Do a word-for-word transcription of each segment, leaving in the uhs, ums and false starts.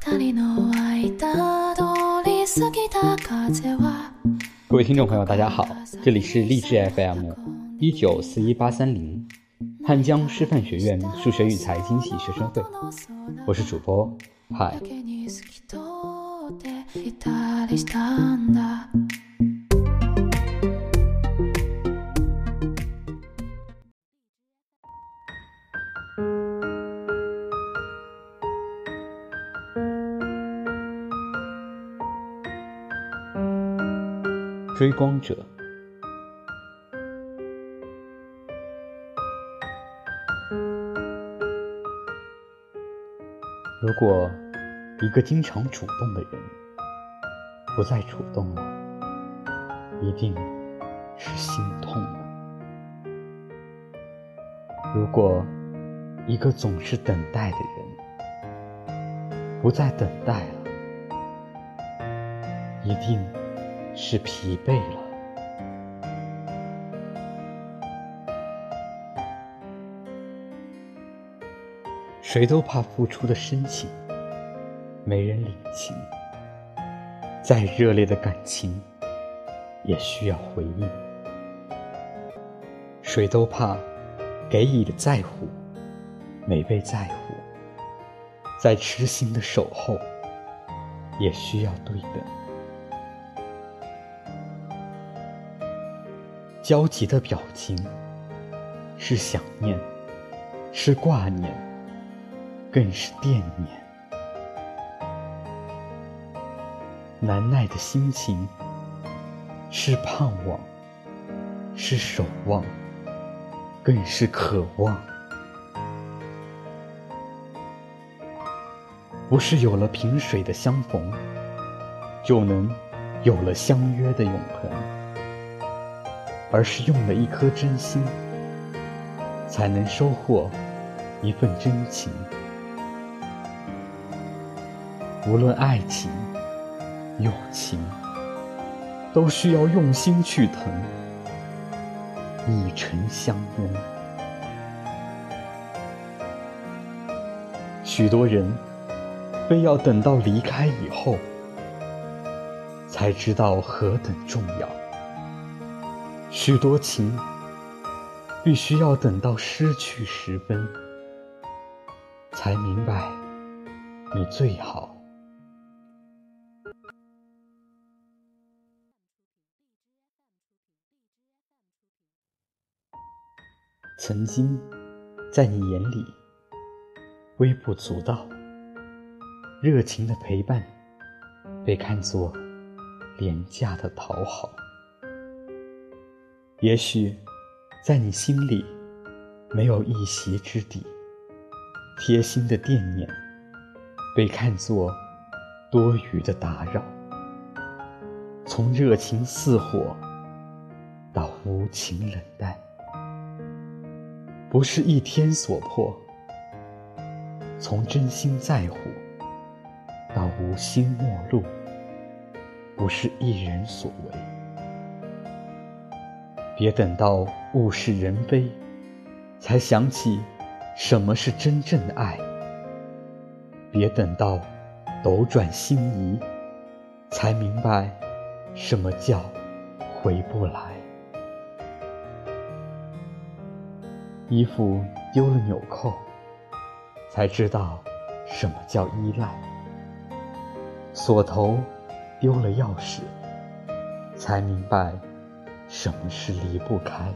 各位听众朋友大家好，这里是励志 F M 一九四一八三零汉江师范学院数学与财经系学生会，我是主播派。追光者。如果一个经常主动的人不再主动了，一定是心痛了。如果一个总是等待的人不再等待了，一定是疲惫了。谁都怕付出的深情没人领情，再热烈的感情也需要回应。谁都怕给予的在乎没被在乎，再痴心的守候也需要对等。焦急的表情是想念，是挂念，更是惦念。难耐的心情是盼望，是守望，更是渴望。不是有了萍水的相逢就能有了相约的永恒，而是用了一颗真心才能收获一份真情。无论爱情友情都需要用心去疼，以诚相拥。许多人非要等到离开以后才知道何等重要，许多情必须要等到失去时分才明白你最好。曾经在你眼里微不足道，热情的陪伴被看作廉价的讨好。也许在你心里没有一席之地，贴心的惦念被看作多余的打扰。从热情似火到无情冷淡，不是一天所迫；从真心在乎到无心陌路，不是一人所为。别等到物是人非才想起什么是真正的爱，别等到斗转星移才明白什么叫回不来。衣服丢了纽扣才知道什么叫依赖，锁头丢了钥匙才明白什么是离不开。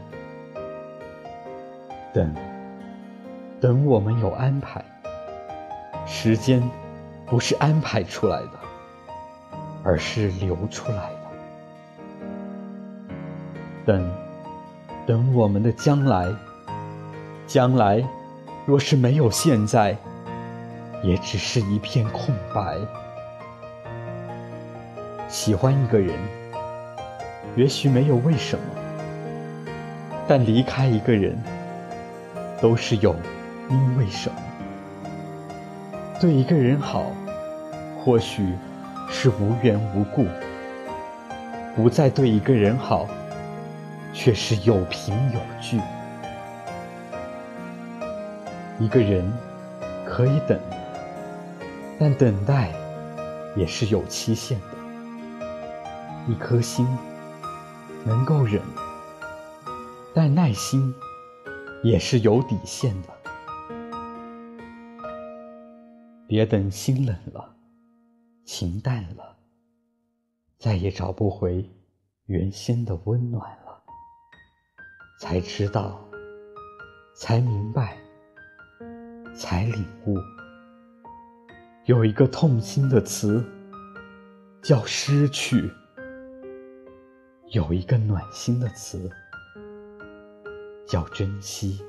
等等我们有安排，时间不是安排出来的，而是留出来的。等等我们的将来，将来若是没有现在，也只是一片空白。喜欢一个人也许没有为什么，但离开一个人都是有因为什么。对一个人好或许是无缘无故，不再对一个人好却是有凭有据。一个人可以等，但等待也是有期限的。一颗心能够忍，但耐心也是有底线的。别等心冷了，情淡了，再也找不回原先的温暖了。才知道，才明白，才领悟，有一个痛心的词叫失去，有一个暖心的词叫珍惜。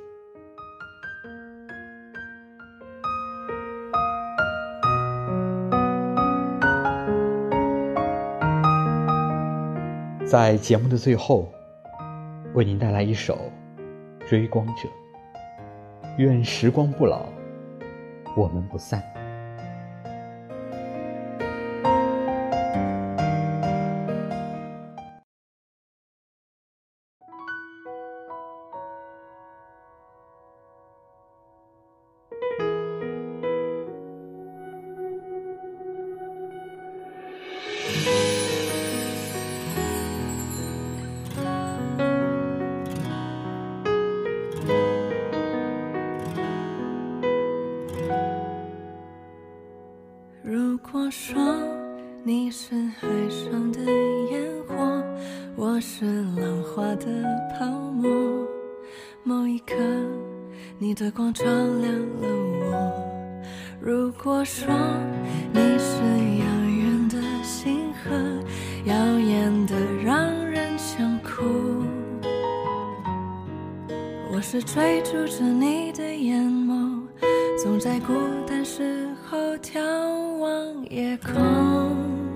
在节目的最后，为您带来一首《追光者》，愿时光不老，我们不散。 如果说你是海上的烟火，我是浪花的泡沫，某一刻你的光照亮了我。如果说你是遥远的星河，耀眼的让人想哭，我是追逐着你的眼眸，总在孤单时候眺望夜空。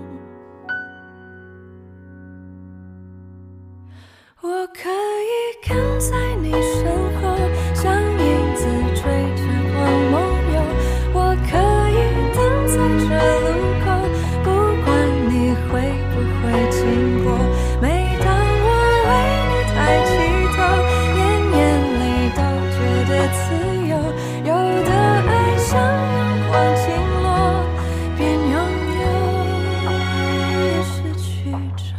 我可以跟在你身后，像影子追着光梦游。我可以等在这路口，不管你会不会经过。每当我为你抬起头，连眼泪都觉得自由。有的爱像阳光倾落，边拥有边失去着。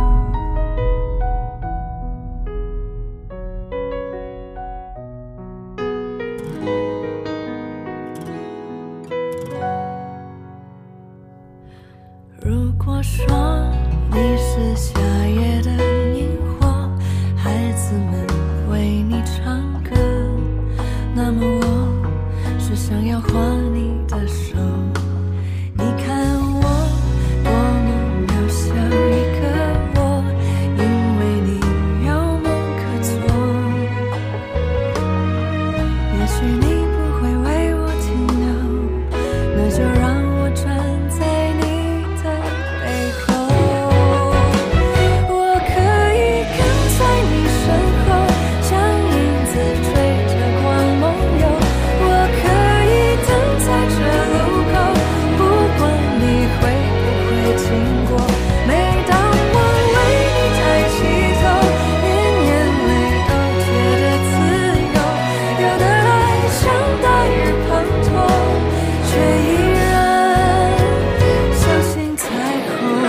如果说你是夏夜的萤火，孩子们为你唱歌，那么我是想要握你的手。你看我多么渺小一个我，因为你有梦可做。也许你不会为我停留，那就让我站在你的背后。我可以跟在你身后，像影子追着光梦游。我可以等在这路口，不管你会不会经过。每当我为你抬起头，连眼泪都觉得自由。有的爱像大雨滂沱，却依然相信彩虹。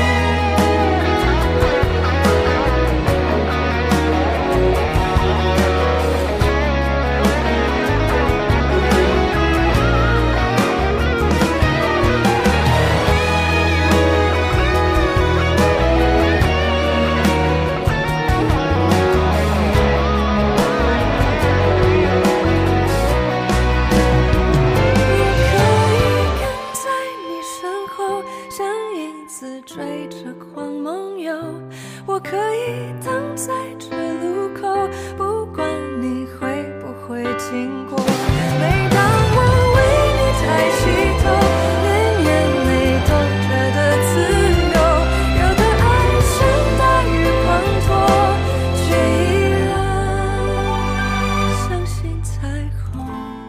追着光梦游，我可以等在这路口，不管你会不会经过。每当我为你抬起头，连眼泪都觉得自由。有的爱像大雨滂沱，却依然相信彩虹。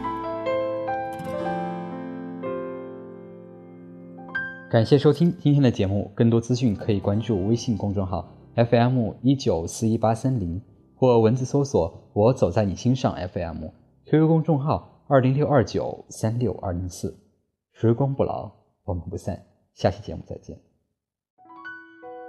感谢收听今天的节目，更多资讯可以关注微信公众号 F M 一九四一八三零，或文字搜索我走在你心上 F M，Q Q 公众号二零六二九三六二零四。时光不老，我们不散。 下期节目再见。